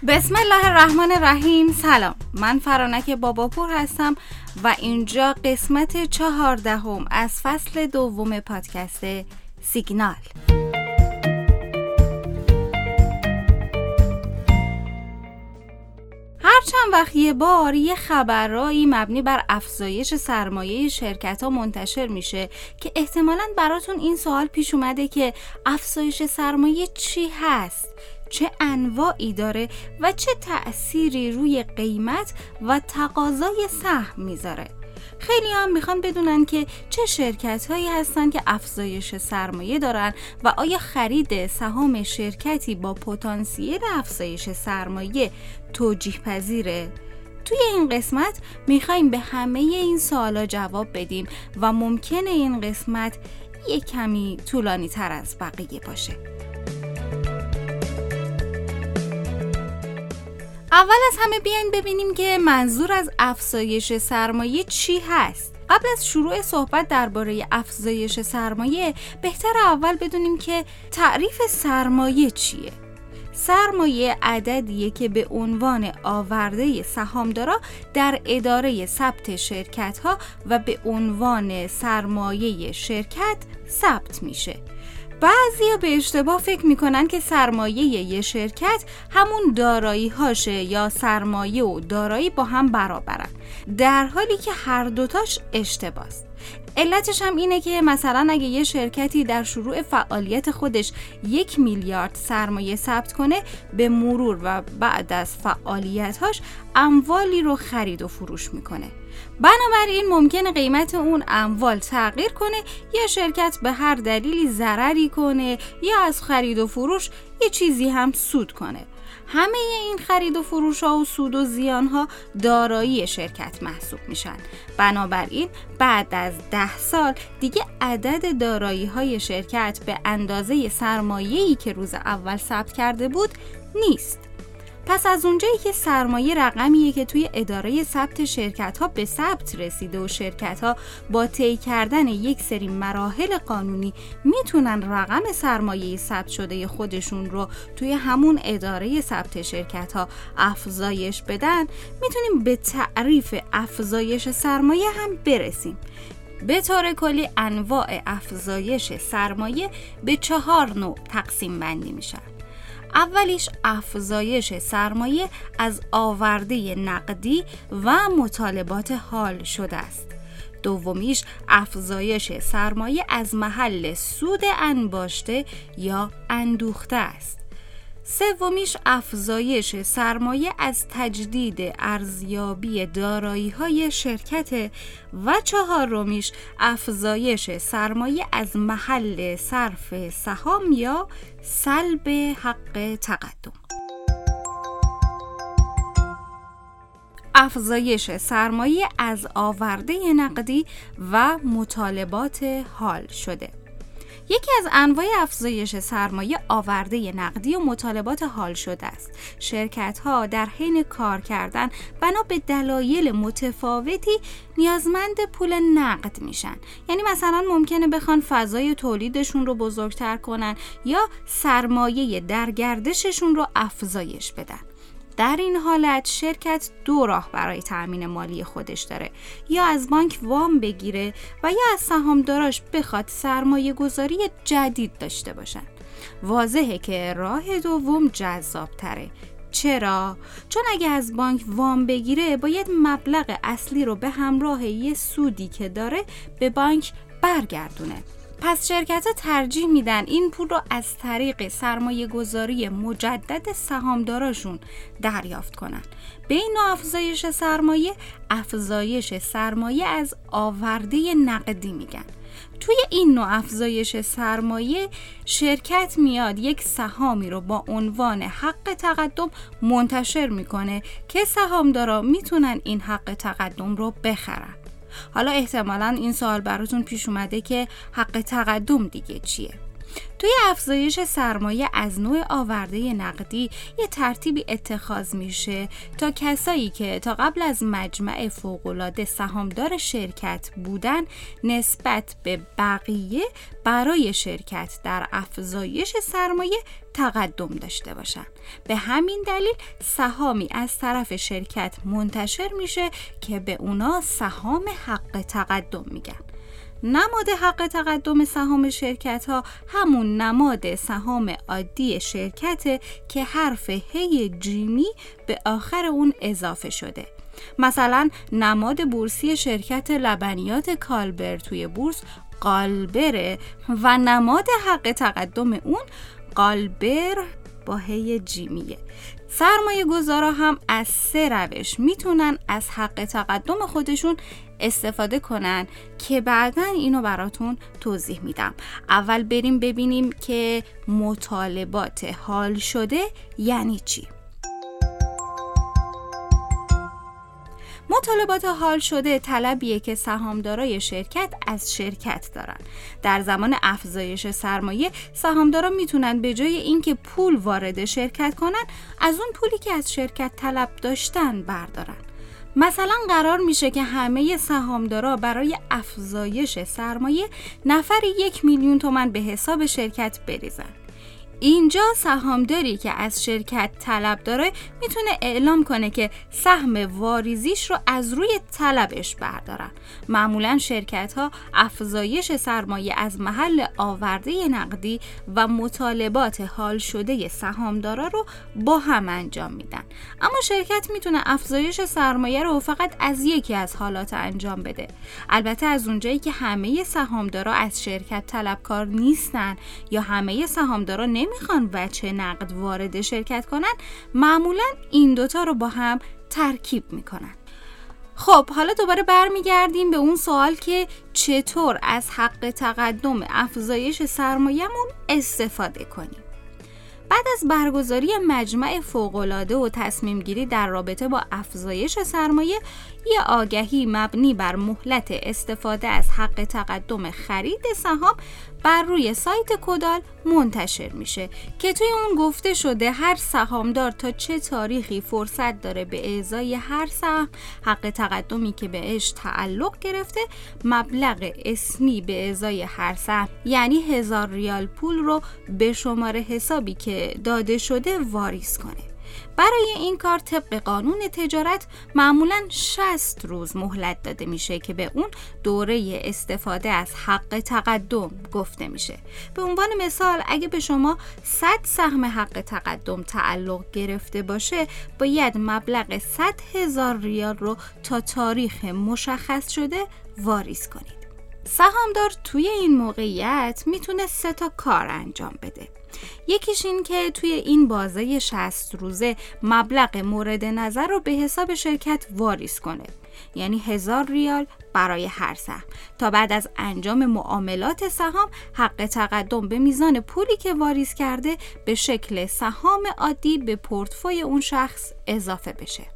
بسم الله الرحمن الرحیم. سلام، من فرانک باباپور هستم و اینجا قسمت 14 از فصل دوم پادکست سیگنال. هر چند وقت یه بار یه خبرایی مبنی بر افزایش سرمایه شرکت‌ها منتشر میشه که احتمالاً براتون این سوال پیش اومده که افزایش سرمایه چی هست؟ چه انواعی داره و چه تأثیری روی قیمت و تقاضای سهم میذاره؟ خیلی هم میخوان بدونن که چه شرکت‌هایی هستن که افزایش سرمایه دارن و آیا خرید سهام شرکتی با پتانسیل افزایش سرمایه توجیه پذیره؟ توی این قسمت میخوایم به همه این سوالا جواب بدیم و ممکنه این قسمت یک کمی طولانی تر از بقیه باشه. اول از همه بیاین ببینیم که منظور از افزایش سرمایه چی هست. قبل از شروع صحبت درباره افزایش سرمایه بهتر اول بدونیم که تعریف سرمایه چیه. سرمایه عددیه که به عنوان آورده سهامدارا در اداره ثبت شرکت‌ها و به عنوان سرمایه شرکت ثبت میشه. بعضیا به اشتباه فکر میکنن که سرمایه یه شرکت همون دارایی هاشه یا سرمایه و دارایی با هم برابرن، در حالی که هر دوتاش اشتباهه. علتش هم اینه که مثلا اگه یه شرکتی در شروع فعالیت خودش 1 میلیارد سرمایه ثبت کنه، به مرور و بعد از فعالیتاش اموالی رو خرید و فروش میکنه. بنابراین ممکنه قیمت اون اموال تغییر کنه یا شرکت به هر دلیلی ضرری کنه یا از خرید و فروش یه چیزی هم سود کنه. همه این خرید و فروش ها و سود و زیان ها دارایی شرکت محسوب میشن. بنابراین بعد از 10 سال دیگه عدد دارایی های شرکت به اندازه سرمایه‌ای که روز اول ثبت کرده بود نیست. پس از اونجایی که سرمایه رقمیه که توی اداره ثبت شرکت‌ها به ثبت رسیده و شرکت‌ها با طی کردن یک سری مراحل قانونی میتونن رقم سرمایه ثبت شده خودشون رو توی همون اداره ثبت شرکت‌ها افزایش بدن، میتونیم به تعریف افزایش سرمایه هم برسیم. به طور کلی انواع افزایش سرمایه به 4 نوع تقسیم بندی میشن. اولیش افزایش سرمایه از آورده نقدی و مطالبات حال شده است. دومیش افزایش سرمایه از محل سود انباشته یا اندوخته است. سومیش افزایش سرمایه از تجدید ارزیابی دارایی‌های شرکت و چهارمیش افزایش سرمایه از محل صرف سهام یا سلب حق تقدم. افزایش سرمایه از آورده نقدی و مطالبات حال شده. یکی از انواع افزایش سرمایه آورده نقدی و مطالبات حال شده است. شرکت‌ها در حین کار کردن بنا به دلایل متفاوتی نیازمند پول نقد میشن. یعنی مثلا ممکنه بخوان فضای تولیدشون رو بزرگتر کنن یا سرمایه در گردششون رو افزایش بدن. در این حالت شرکت 2 راه برای تأمین مالی خودش داره: یا از بانک وام بگیره و یا از سهامداراش بخواد سرمایه گذاری جدید داشته باشن. واضحه که راه دوم جذاب تره. چرا؟ چون اگه از بانک وام بگیره باید مبلغ اصلی رو به همراه یه سودی که داره به بانک برگردونه. پس شرکت‌ها ترجیح میدن این پول رو از طریق سرمایه گذاری مجدد سهامداراشون دریافت کنن. به این نوع افزایش سرمایه، افزایش سرمایه از آورده نقدی میگن. توی این نوع افزایش سرمایه شرکت میاد یک سهامی رو با عنوان حق تقدم منتشر میکنه که سهامدارا میتونن این حق تقدم رو بخرن. حالا احتمالاً این سوال براتون پیش اومده که حق تقدم دیگه چیه؟ توی افزایش سرمایه از نوع آورده نقدی یه ترتیبی اتخاذ میشه تا کسایی که تا قبل از مجمع فوق‌العاده سهامدار شرکت بودن نسبت به بقیه برای شرکت در افزایش سرمایه تقدم داشته باشن. به همین دلیل سهامی از طرف شرکت منتشر میشه که به اونا سهام حق تقدم میگن. نماد حق تقدم سهام شرکت ها همون نماد سهام عادی شرکته که حرف هی جیمی به آخر اون اضافه شده. مثلا نماد بورسی شرکت لبنیات کالبر توی بورس قالبره و نماد حق تقدم اون قالبر با هی جیمیه. سرمایه گذارا هم از 3 روش میتونن از حق تقدم خودشون استفاده کنن که بعداً اینو براتون توضیح میدم. اول بریم ببینیم که مطالبات حال شده یعنی چی. مطالبات حال شده طلبیه که سهامدارای شرکت از شرکت دارن. در زمان افزایش سرمایه سهامدارا میتونن به جای اینکه پول وارد شرکت کنن از اون پولی که از شرکت طلب داشتن بردارن. مثلا قرار میشه که همه سهامدارا برای افزایش سرمایه نفری 1 میلیون تومان به حساب شرکت بریزن. اینجا سهامداری که از شرکت طلب داره میتونه اعلام کنه که سهم واریزیش رو از روی طلبش بردارن. معمولا شرکت ها افزایش سرمایه از محل آورده نقدی و مطالبات حال شده سهامدارا رو با هم انجام میدن. اما شرکت میتونه افزایش سرمایه رو فقط از یکی از حالات انجام بده. البته از اونجایی که همه سهامدارا از شرکت طلبکار نیستن یا همه سهامدارا نمیخوان وجه نقد وارد شرکت کنن، معمولا این دوتا رو با هم ترکیب میکنن. خب حالا دوباره برمیگردیم به اون سوال که چطور از حق تقدم افزایش سرمایه‌مون استفاده کنیم. بعد از برگزاری مجمع فوق‌العاده و تصمیم گیری در رابطه با افزایش سرمایه، یه آگهی مبنی بر مهلت استفاده از حق تقدم خرید سهام بر روی سایت کدال منتشر میشه که توی اون گفته شده هر سهامدار تا چه تاریخی فرصت داره به ازای هر سهم حق تقدمی که بهش تعلق گرفته مبلغ اسمی به ازای هر سهم یعنی 1000 ریال پول رو به شماره حسابی که داده شده واریز کنه. برای این کار طبق قانون تجارت معمولاً 60 روز مهلت داده میشه که به اون دوره استفاده از حق تقدم گفته میشه. به عنوان مثال اگه به شما 100 سهم حق تقدم تعلق گرفته باشه باید مبلغ 100,000 ریال رو تا تاریخ مشخص شده واریز کنید. سهامدار توی این موقعیت میتونه 3 تا کار انجام بده. یکیش این که توی این بازه 60 روزه مبلغ مورد نظر رو به حساب شرکت واریز کنه، یعنی 1000 ریال برای هر سهم، تا بعد از انجام معاملات سهام حق تقدم به میزان پولی که واریز کرده به شکل سهام عادی به پورتفوی اون شخص اضافه بشه.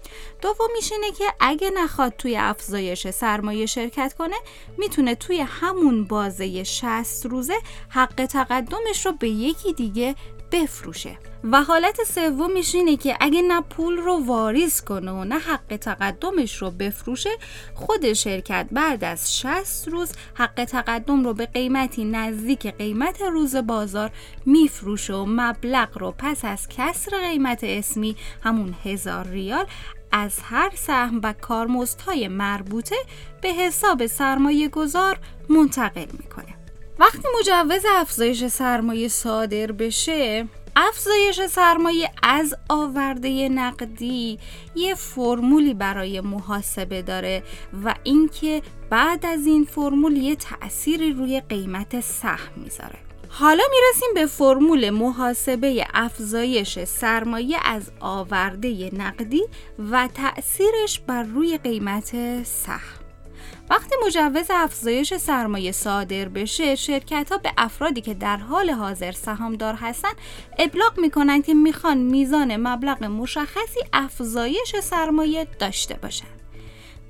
دومیش اینه که اگه نخواد توی افزایش سرمایه شرکت کنه میتونه توی همون بازه 60 روزه حق تقدمش رو به یکی دیگه بفروشه. و حالت سومیش اینه که اگه نه پول رو واریز کنه و نه حق تقدمش رو بفروشه، خود شرکت بعد از 60 روز حق تقدم رو به قیمتی نزدیک قیمت روز بازار میفروشه و مبلغ رو پس از کسر قیمت اسمی همون 1000 ریال از هر سهم و کارمزدهای مربوطه به حساب سرمایه گذار منتقل میکنه. وقتی مجوز افزایش سرمایه صادر بشه، افزایش سرمایه از آورده نقدی یه فرمولی برای محاسبه داره و اینکه بعد از این فرمول یه تأثیری روی قیمت سهم میذاره. حالا میرسیم به فرمول محاسبه افزایش سرمایه از آورده نقدی و تأثیرش بر روی قیمت سهم. وقتی مجوز افزایش سرمایه صادر بشه، شرکت‌ها به افرادی که در حال حاضر سهامدار هستن ابلاغ میکنن که میخوان میزان مبلغ مشخصی افزایش سرمایه داشته باشن.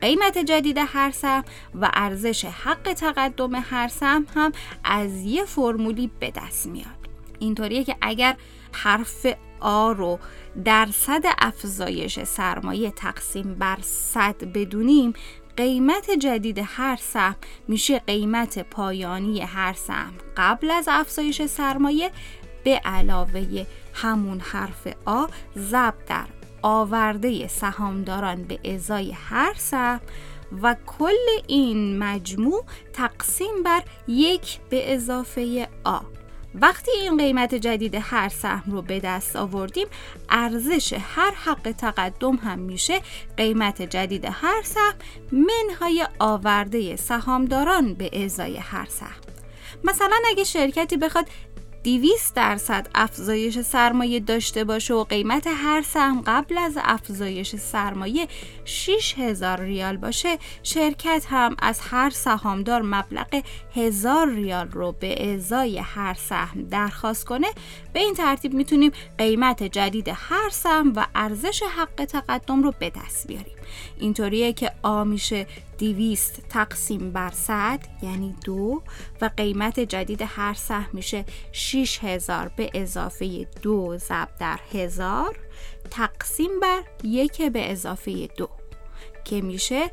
قیمت جدید هر سهم و ارزش حق تقدم هر سهم هم از یه فرمولی به دست میاد. اینطوریه که اگر حرف آ رو درصد افزایش سرمایه تقسیم بر 100 بدونیم، قیمت جدید هر سهم میشه قیمت پایانی هر سهم قبل از افزایش سرمایه به علاوه همون حرف آ ضرب در آورده سهامداران به ازای هر سهم و کل این مجموع تقسیم بر 1 به اضافه آ. وقتی این قیمت جدید هر سهم رو به دست آوردیم، ارزش هر حق تقدم هم میشه قیمت جدید هر سهم منهای آورده سهامداران به ازای هر سهم. مثلا اگه شرکتی بخواد 200% افزایش سرمایه داشته باشه و قیمت هر سهم قبل از افزایش سرمایه 6000 ریال باشه، شرکت هم از هر سهامدار مبلغ 1000 ریال رو به ازای هر سهم درخواست کنه. به این ترتیب میتونیم قیمت جدید هر سهم و ارزش حق تقدم رو به دست بیاریم. اینطوریه که آ میشه 200 تقسیم بر 100 یعنی 2 و قیمت جدید هر سهم میشه 6000 به اضافه 2 ضرب در 1000 تقسیم بر 1 به اضافه 2 که میشه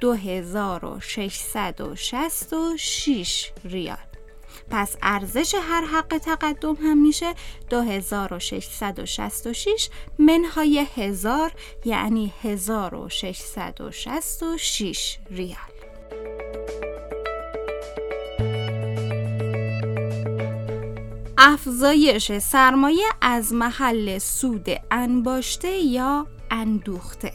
2666 ریال. پس ارزش هر حق تقدم هم میشه 2666 منهای 1000 یعنی 1666 ریال. افزایش سرمایه از محل سود انباشته یا اندوخته.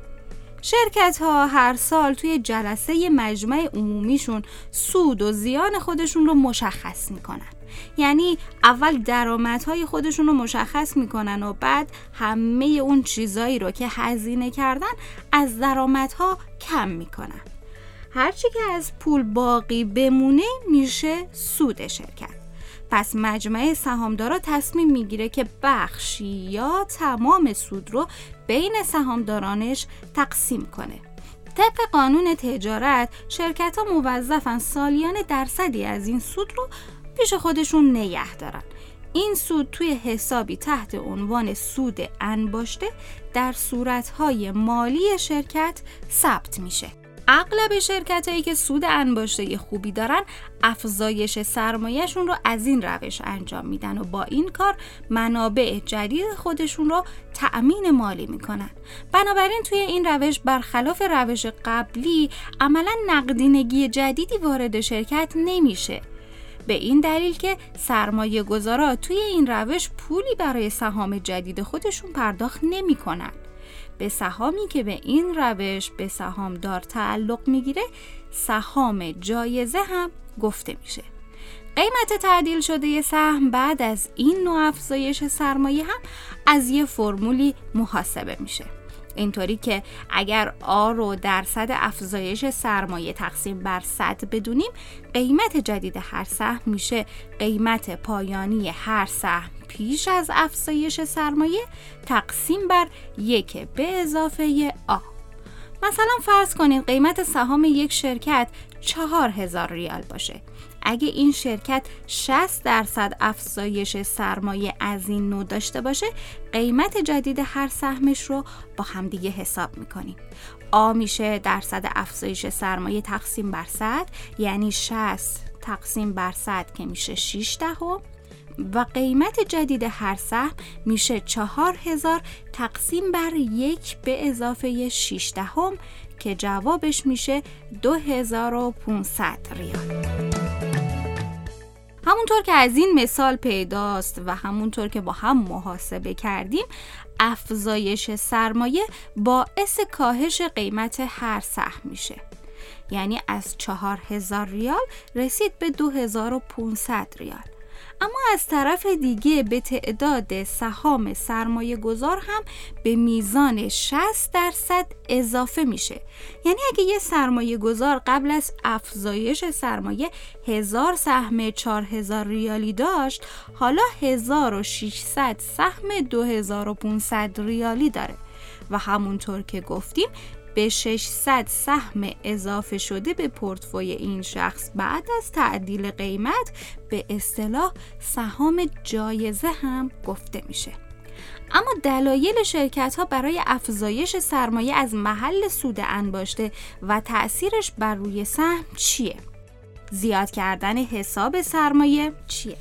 شرکت ها هر سال توی جلسه مجمع عمومیشون سود و زیان خودشون رو مشخص میکنن. یعنی اول درآمدهای خودشون رو مشخص میکنن و بعد همه اون چیزایی رو که هزینه کردن از درآمدها کم میکنن. هرچی که از پول باقی بمونه میشه سود شرکت. پس مجمع سهامدارا تصمیم میگیره که بخشی یا تمام سود رو بین سهامدارانش تقسیم کنه. طبق قانون تجارت شرکت‌ها موظفن سالیانه درصدی از این سود رو پیش خودشون نگه دارن. این سود توی حسابی تحت عنوان سود انباشته در صورت‌های مالی شرکت ثبت میشه. اغلب شرکتایی که سود انباشته خوبی دارن افزایش سرمایه‌شون رو از این روش انجام میدن و با این کار منابع جدید خودشون رو تأمین مالی میکنن. بنابراین توی این روش برخلاف روش قبلی عملاً نقدینگی جدیدی وارد شرکت نمیشه. به این دلیل که سرمایه گذارا توی این روش پولی برای سهام جدید خودشون پرداخت نمیکنن. به سهامی که به این روش به سهامدار تعلق میگیره سهام جایزه هم گفته میشه. قیمت تعدیل شده سهم بعد از این نوع افزایش سرمایه هم از یه فرمولی محاسبه میشه. اینطوری که اگر آ رو درصد افزایش سرمایه تقسیم بر 100 بدونیم، قیمت جدید هر سهم میشه قیمت پایانی هر سهم پیش از افزایش سرمایه تقسیم بر 1 به اضافه آ. مثلا فرض کنید قیمت سهام یک شرکت 4000 ریال باشه. اگه این شرکت 60% افزایش سرمایه از این نوع داشته باشه، قیمت جدید هر سهمش رو با هم دیگه حساب میکنیم. آ میشه درصد افزایش سرمایه تقسیم بر 100 یعنی 60 تقسیم بر 100 که میشه 6 دهم و قیمت جدید هر سهم میشه 4000 تقسیم بر 1 به اضافه 6 دهم که جوابش میشه 2500 ریال. همونطور که از این مثال پیداست و همونطور که با هم محاسبه کردیم، افزایش سرمایه باعث کاهش قیمت هر سهم میشه. یعنی از 4000 ریال رسید به 2500 ریال. اما از طرف دیگه به تعداد سهام سرمایه گذار هم به میزان 60% اضافه میشه. یعنی اگه یه سرمایه گذار قبل از افزایش سرمایه 1000 سهم 4000 ریالی داشت، حالا 1600 سهم 2500 ریالی داره و همونطور که گفتیم به 600 سهم اضافه شده به پورتفوی این شخص بعد از تعدیل قیمت به اصطلاح سهام جایزه هم گفته میشه. اما دلایل شرکت‌ها برای افزایش سرمایه از محل سود انباشته و تأثیرش بر روی سهم چیه؟ زیاد کردن حساب سرمایه چیه؟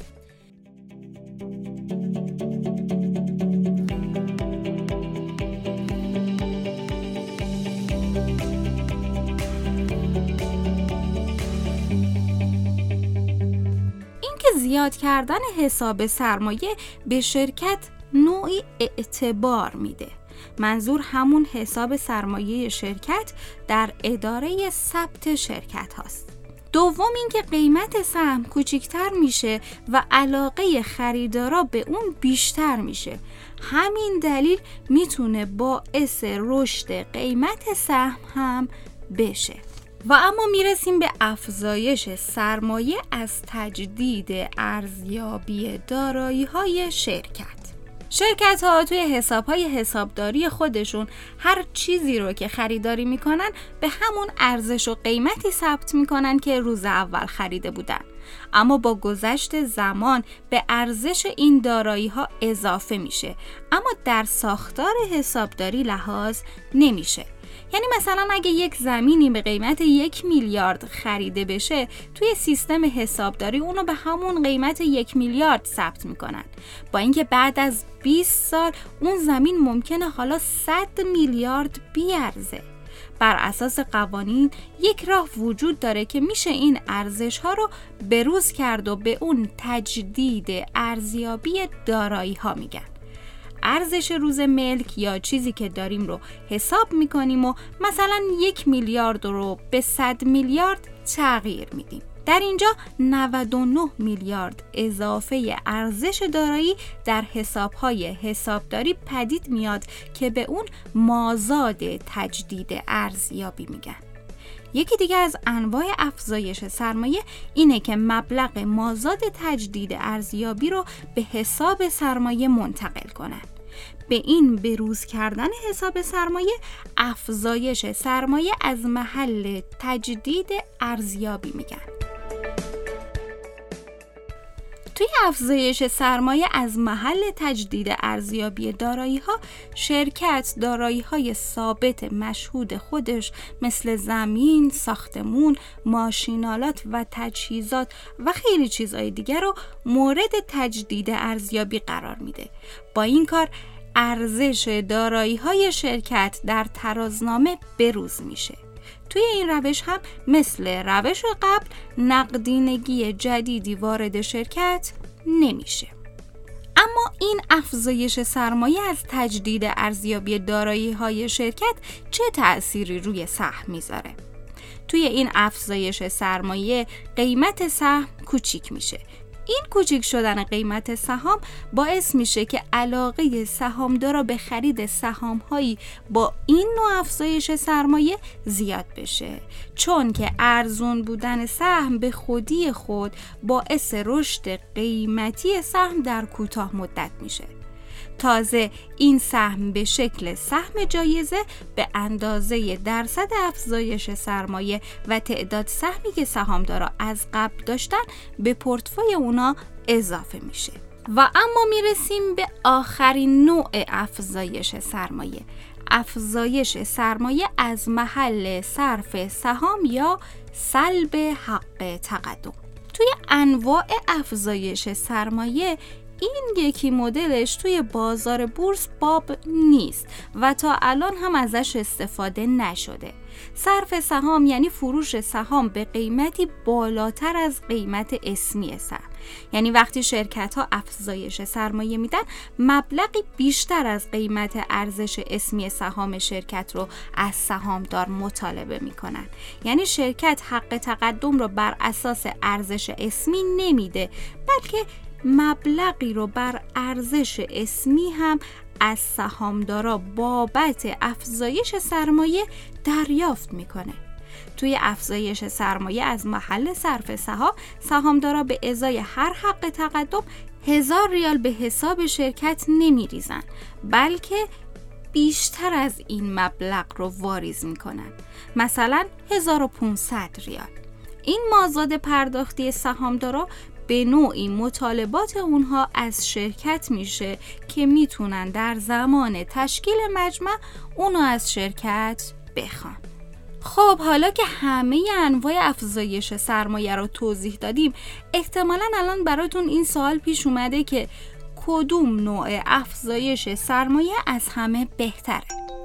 زیاد کردن حساب سرمایه به شرکت نوعی اعتبار میده. منظور همون حساب سرمایه شرکت در اداره ثبت شرکت هاست. دوم اینکه قیمت سهم کوچکتر میشه و علاقه خریدارا به اون بیشتر میشه. همین دلیل میتونه باعث رشد قیمت سهم هم بشه. و اما میرسیم به افزایش سرمایه از تجدید ارزیابی دارایی‌های شرکت‌ها توی حساب‌های حسابداری خودشون هر چیزی رو که خریداری میکنن به همون ارزش و قیمتی ثبت میکنن که روز اول خریده بودن، اما با گذشت زمان به ارزش این دارایی‌ها اضافه میشه، اما در ساختار حسابداری لحاظ نمیشه. یعنی مثلا اگه یک زمینی به قیمت 1 میلیارد خریده بشه، توی سیستم حسابداری اونو به همون قیمت 1 میلیارد ثبت میکنن، با اینکه بعد از 20 سال اون زمین ممکنه حالا 100 میلیارد بیارزه. بر اساس قوانین یک راه وجود داره که میشه این ارزش ها رو بروز کرد و به اون تجدید ارزیابی دارایی ها میگن. ارزش روز ملک یا چیزی که داریم رو حساب میکنیم و مثلا 1 میلیارد رو به 100 میلیارد تغییر میدیم. در اینجا 99 میلیارد اضافه ارزش دارایی در حسابهای حسابداری پدید میاد که به اون مازاد تجدید ارزیابی میگن. یکی دیگه از انواع افزایش سرمایه اینه که مبلغ مازاد تجدید ارزیابی رو به حساب سرمایه منتقل کنن. به این بروز کردن حساب سرمایه افزایش سرمایه از محل تجدید ارزیابی میگن. توی افزایش سرمایه از محل تجدید ارزیابی دارایی‌ها، شرکت دارایی‌های ثابت مشهود خودش مثل زمین، ساختمون، ماشینالات و تجهیزات و خیلی چیزهای دیگر رو مورد تجدید ارزیابی قرار میده. با این کار ارزش دارایی‌های شرکت در ترازنامه بروز میشه. توی این روش هم مثل روش قبل نقدینگی جدیدی وارد شرکت نمیشه. اما این افزایش سرمایه از تجدید ارزیابی دارایی‌های شرکت چه تأثیری روی سهم میذاره؟ توی این افزایش سرمایه قیمت سهم کوچیک میشه. این کوچیک شدن قیمت سهام باعث میشه که علاقه سهامدارا به خرید سهام‌هایی با این نوع افزایش سرمایه زیاد بشه، چون که ارزون بودن سهم به خودی خود باعث رشد قیمتی سهم در کوتاه مدت میشه. تازه این سهم به شکل سهم جایزه به اندازه درصد افزایش سرمایه و تعداد سهمی که سهامدارا از قبل داشتن به پورتفوی اونا اضافه میشه. و اما میرسیم به آخرین نوع افزایش سرمایه. افزایش سرمایه از محل صرف سهام یا سلب حق تقدم. توی انواع افزایش سرمایه این یکی مدلش توی بازار بورس باب نیست و تا الان هم ازش استفاده نشده. صرف سهام یعنی فروش سهام به قیمتی بالاتر از قیمت اسمی سهم. یعنی وقتی شرکت‌ها افزایش سرمایه میدن، مبلغی بیشتر از قیمت ارزش اسمی سهام شرکت رو از سهامدار مطالبه میکنن. یعنی شرکت حق تقدم رو بر اساس ارزش اسمی نمیده، بلکه مبلغی رو بر ارزش اسمی هم از سهامدارا بابت افزایش سرمایه دریافت میکنه. توی افزایش سرمایه از محل صرف سهام، سهامدارا به ازای هر حق تقدم 1000 ریال به حساب شرکت نمیریزن، بلکه بیشتر از این مبلغ رو واریز میکنن، مثلا 1500 ریال. این مازاد پرداختی سهامدارا به نوعی مطالبات اونها از شرکت میشه که میتونن در زمان تشکیل مجمع اونو از شرکت بخوان. خب حالا که همه انواع افزایش سرمایه رو توضیح دادیم، احتمالاً الان براتون این سوال پیش اومده که کدوم نوع افزایش سرمایه از همه بهتره؟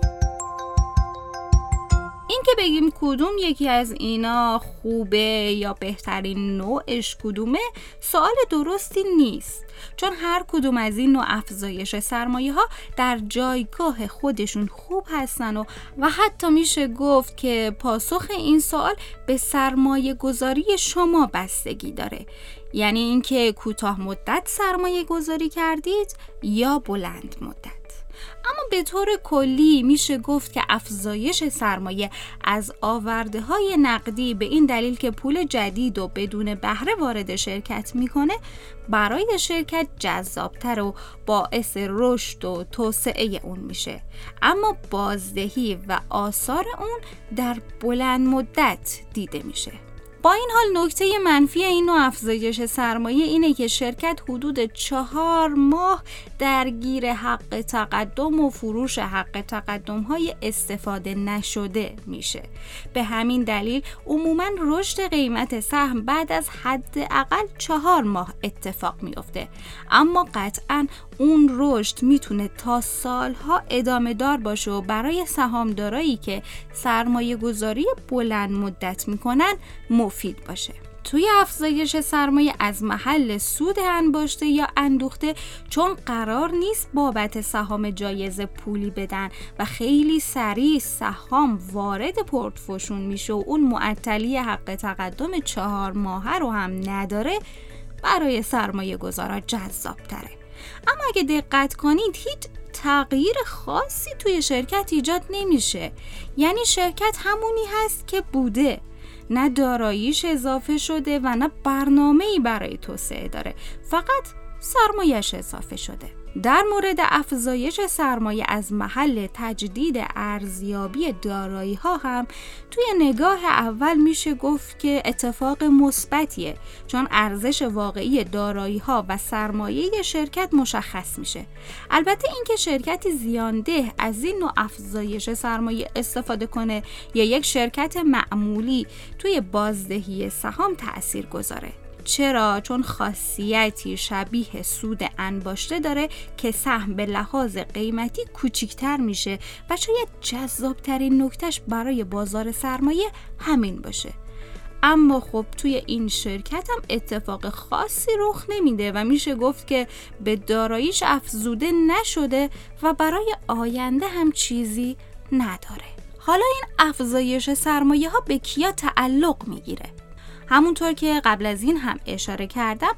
این که بگیم کدوم یکی از اینا خوبه یا بهترین نوعش کدومه سوال درستی نیست، چون هر کدوم از این نوع افزایش سرمایه ها در جایگاه خودشون خوب هستن و حتی میشه گفت که پاسخ این سوال به سرمایه گذاری شما بستگی داره، یعنی اینکه کوتاه مدت سرمایه گذاری کردید یا بلند مدت. اما به طور کلی میشه گفت که افزایش سرمایه از آورده‌های نقدی به این دلیل که پول جدید و بدون بهره وارد شرکت میکنه برای شرکت جذابتر و باعث رشد و توسعه اون میشه، اما بازدهی و آثار اون در بلند مدت دیده میشه. با این حال نکته منفی این نوع افزایش سرمایه اینه که شرکت حدود 4 ماه درگیر حق تقدم و فروش حق تقدم‌های استفاده نشده میشه. به همین دلیل عموماً رشد قیمت سهم بعد از حداقل 4 ماه اتفاق میفته، اما قطعاً اون رشد میتونه تا سالها ادامه دار باشه و برای سهامدارایی که سرمایه گذاری بلند مدت میکنن مفید باشه. توی افزایش سرمایه از محل سود انباشته یا اندوخته، چون قرار نیست بابت سهام جایزه پولی بدن و خیلی سریع سهام وارد پورتفولیوشون میشه و اون معطلی حق تقدم 4 ماهه رو هم نداره، برای سرمایه گذارا جذاب تره. اما اگه دقت کنید هیچ تغییر خاصی توی شرکت ایجاد نمیشه، یعنی شرکت همونی هست که بوده، نه داراییش اضافه شده و نه برنامه‌ای برای توسعه داره، فقط سرمایه‌اش اضافه شده. در مورد افزایش سرمایه از محل تجدید ارزیابی دارایی ها هم توی نگاه اول میشه گفت که اتفاق مثبتیه، چون ارزش واقعی دارایی ها و سرمایه شرکت مشخص میشه. البته اینکه شرکتی زیانده از این نوع افزایش سرمایه استفاده کنه یا یک شرکت معمولی توی بازدهی سهام تأثیر گذاره. چرا؟ چون خاصیتی شبیه سود انباشته داره که سهم به لحاظ قیمتی کوچیکتر میشه و شاید جذابترین نکتهش برای بازار سرمایه همین باشه. اما خب توی این شرکت هم اتفاق خاصی رخ نمیده و میشه گفت که به داراییش افزوده نشده و برای آینده هم چیزی نداره. حالا این افزایش سرمایه ها به کیا تعلق میگیره؟ همونطور که قبل از این هم اشاره کردم،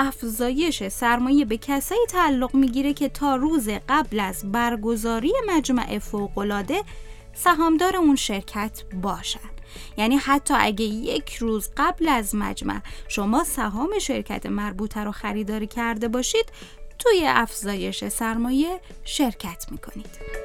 افزایش سرمایه به کسایی تعلق میگیره که تا روز قبل از برگزاری مجمع فوق‌العاده سهامدار اون شرکت باشن. یعنی حتی اگه 1 روز قبل از مجمع شما سهام شرکت مربوطه رو خریداری کرده باشید، توی افزایش سرمایه شرکت میکنید.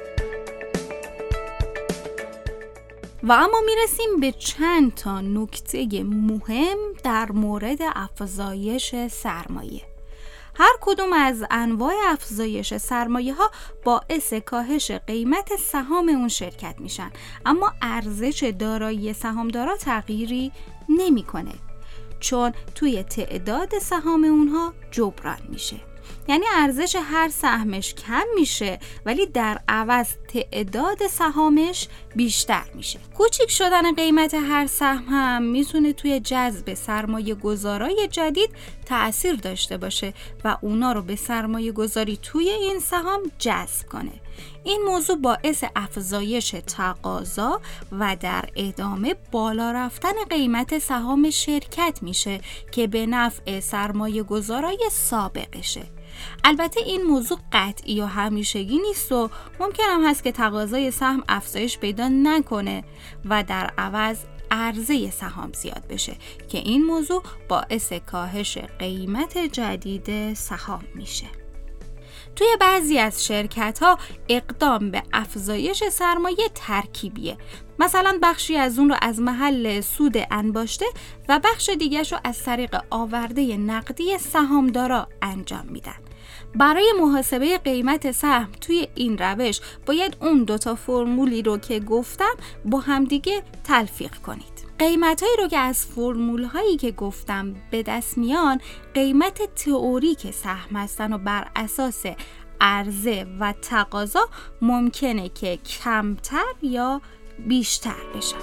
و اما میرسیم به چند تا نکته مهم در مورد افزایش سرمایه. هر کدوم از انواع افزایش سرمایه ها باعث کاهش قیمت سهام اون شرکت میشن، اما ارزش دارایی سهامدارا تغییری نمیکنه، چون توی تعداد سهام اونها جبران میشه. یعنی ارزش هر سهمش کم میشه ولی در عوض تعداد سهامش بیشتر میشه. کوچیک شدن قیمت هر سهم هم میتونه توی جذب سرمایه گذارای جدید تأثیر داشته باشه و اونا رو به سرمایه گذاری توی این سهام جذب کنه. این موضوع باعث افزایش تقاضا و در ادامه بالا رفتن قیمت سهام شرکت میشه که به نفع سرمایه گذارای سابقشه. البته این موضوع قطعی و همیشگی نیست و ممکن هم هست که تقاضای سهم افزایش پیدا نکنه و در عوض عرضه سهام زیاد بشه که این موضوع باعث کاهش قیمت جدید سهام میشه. توی بعضی از شرکت‌ها اقدام به افزایش سرمایه ترکیبیه. مثلا بخشی از اون رو از محل سود انباشته و بخش دیگرش رو از طریق آورده نقدی سهامدارا انجام میدن. برای محاسبه قیمت سهم توی این روش باید اون دوتا فرمولی رو که گفتم با همدیگه تلفیق کنید. قیمتایی رو که از فرمول‌هایی که گفتم به دست میان قیمت تئوریک سهم هستن و بر اساس عرضه و تقاضا ممکنه که کمتر یا بیشتر بشن.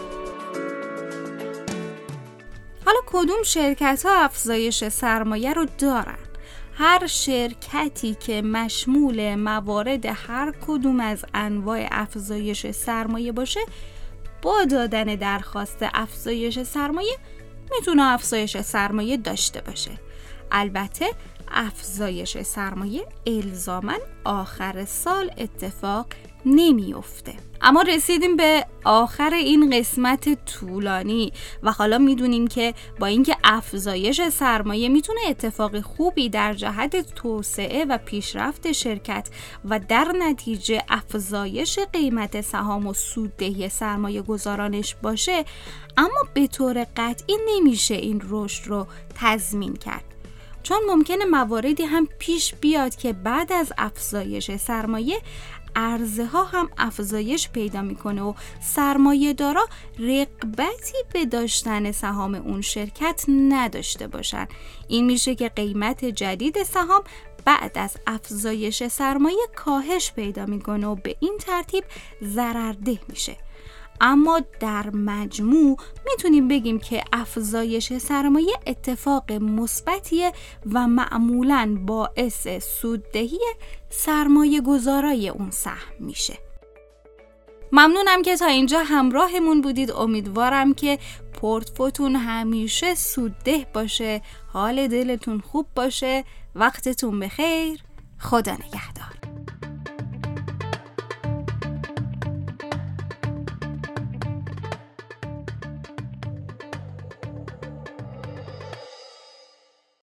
حالا کدوم شرکت‌ها افزایش سرمایه رو دارن؟ هر شرکتی که مشمول موارد هر کدوم از انواع افزایش سرمایه باشه با دادن درخواست افزایش سرمایه میتونه افزایش سرمایه داشته باشه. البته افزایش سرمایه الزاماً آخر سال اتفاق نمیفته. اما رسیدیم به آخر این قسمت طولانی و حالا میدونیم که با اینکه افزایش سرمایه میتونه اتفاق خوبی در جهت توسعه و پیشرفت شرکت و در نتیجه افزایش قیمت سهام و سوددهی سرمایه گذارانش باشه، اما به طور قطعی نمیشه این رشد رو تضمین کرد. چون ممکنه مواردی هم پیش بیاد که بعد از افزایش سرمایه عرضه ها هم افزایش پیدا میکنه و سرمایه دارا رغبتی به داشتن سهام اون شرکت نداشته باشن. این میشه که قیمت جدید سهام بعد از افزایش سرمایه کاهش پیدا میکنه و به این ترتیب ضررده میشه. اما در مجموع میتونیم بگیم که افزایش سرمایه اتفاق مثبتیه و معمولاً باعث سوددهی سرمایه گذارای اون سهم میشه. ممنونم که تا اینجا همراهمون بودید. امیدوارم که پورتفولیوتون همیشه سودده باشه، حال دلتون خوب باشه. وقتتون بخیر. خدا نگهدار.